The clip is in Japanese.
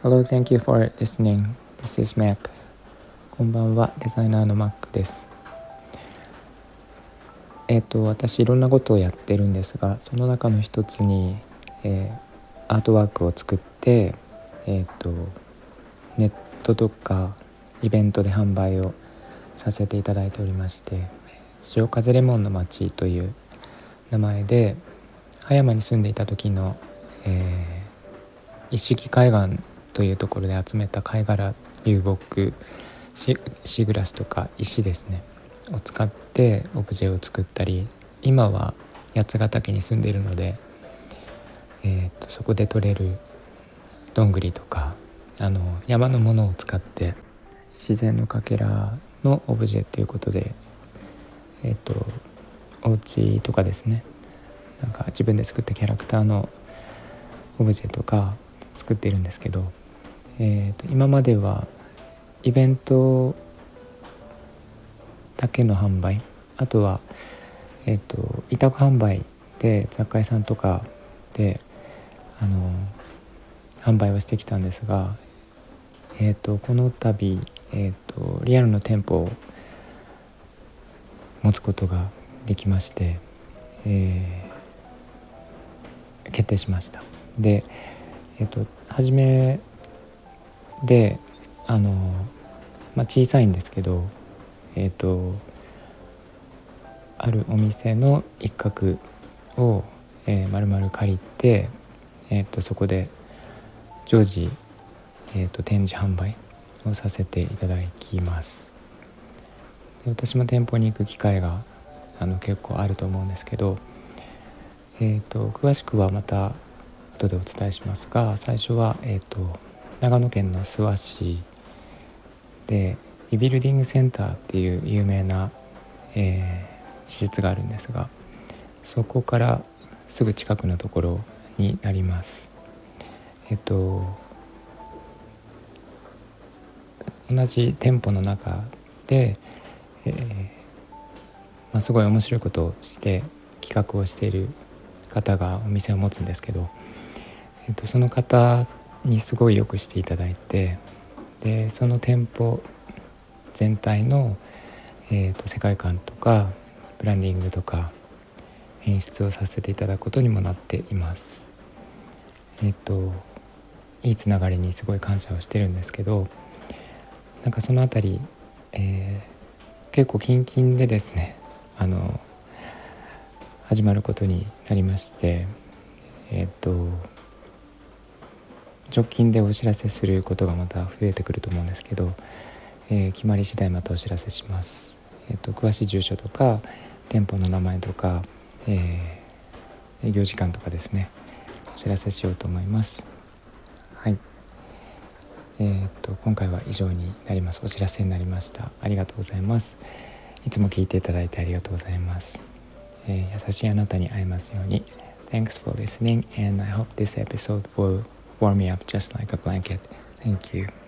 Hello, thank you for listening. This is Mac. こんばんは、デザイナーの Mac です。私いろんなことをやってるんですが、その中の一つに、アートワークを作って、ネットとかイベントで販売をさせていただいておりまして、潮風レモンの街という名前で葉山に住んでいた時の、一色海岸というところで集めた貝殻、流木、シーグラスとか石ですねを使ってオブジェを作ったり、今は八ヶ岳に住んでいるので、そこで採れるどんぐりとか山のものを使って自然のかけらのオブジェということで、お家とかですね、なんか自分で作ったキャラクターのオブジェとか作っているんですけど、今まではイベントだけの販売、あとは、委託販売で雑貨屋さんとかで販売をしてきたんですが、この度、リアルの店舗を持つことができまして、決定しました。で、初めで小さいんですけど、あるお店の一角を、丸々借りて、そこで常時、展示販売をさせていただきます。で、私も店舗に行く機会が結構あると思うんですけど、詳しくはまた後でお伝えしますが、最初は、長野県の諏訪市でリビルディングセンターっていう有名な、施設があるんですが、そこからすぐ近くのところになります。同じ店舗の中で、すごい面白いことをして企画をしている方がお店を持つんですけど、その方にすごいよくしていただいて、でその店舗全体の、世界観とかブランディングとか演出をさせていただくことにもなっています。いいつながりにすごい感謝をしてるんですけど、なんかそのあたり、結構近々でですね始まることになりまして、直近でお知らせすることがまた増えてくると思うんですけど、決まり次第またお知らせします。詳しい住所とか店舗の名前とか、営業時間とかですね、お知らせしようと思います。はい、今回は以上になります。お知らせになりました。ありがとうございます。いつも聞いていただいてありがとうございます。優しいあなたに会えますように。 Thanks for listening and I hope this episode will warm me up just like a blanket. Thank you.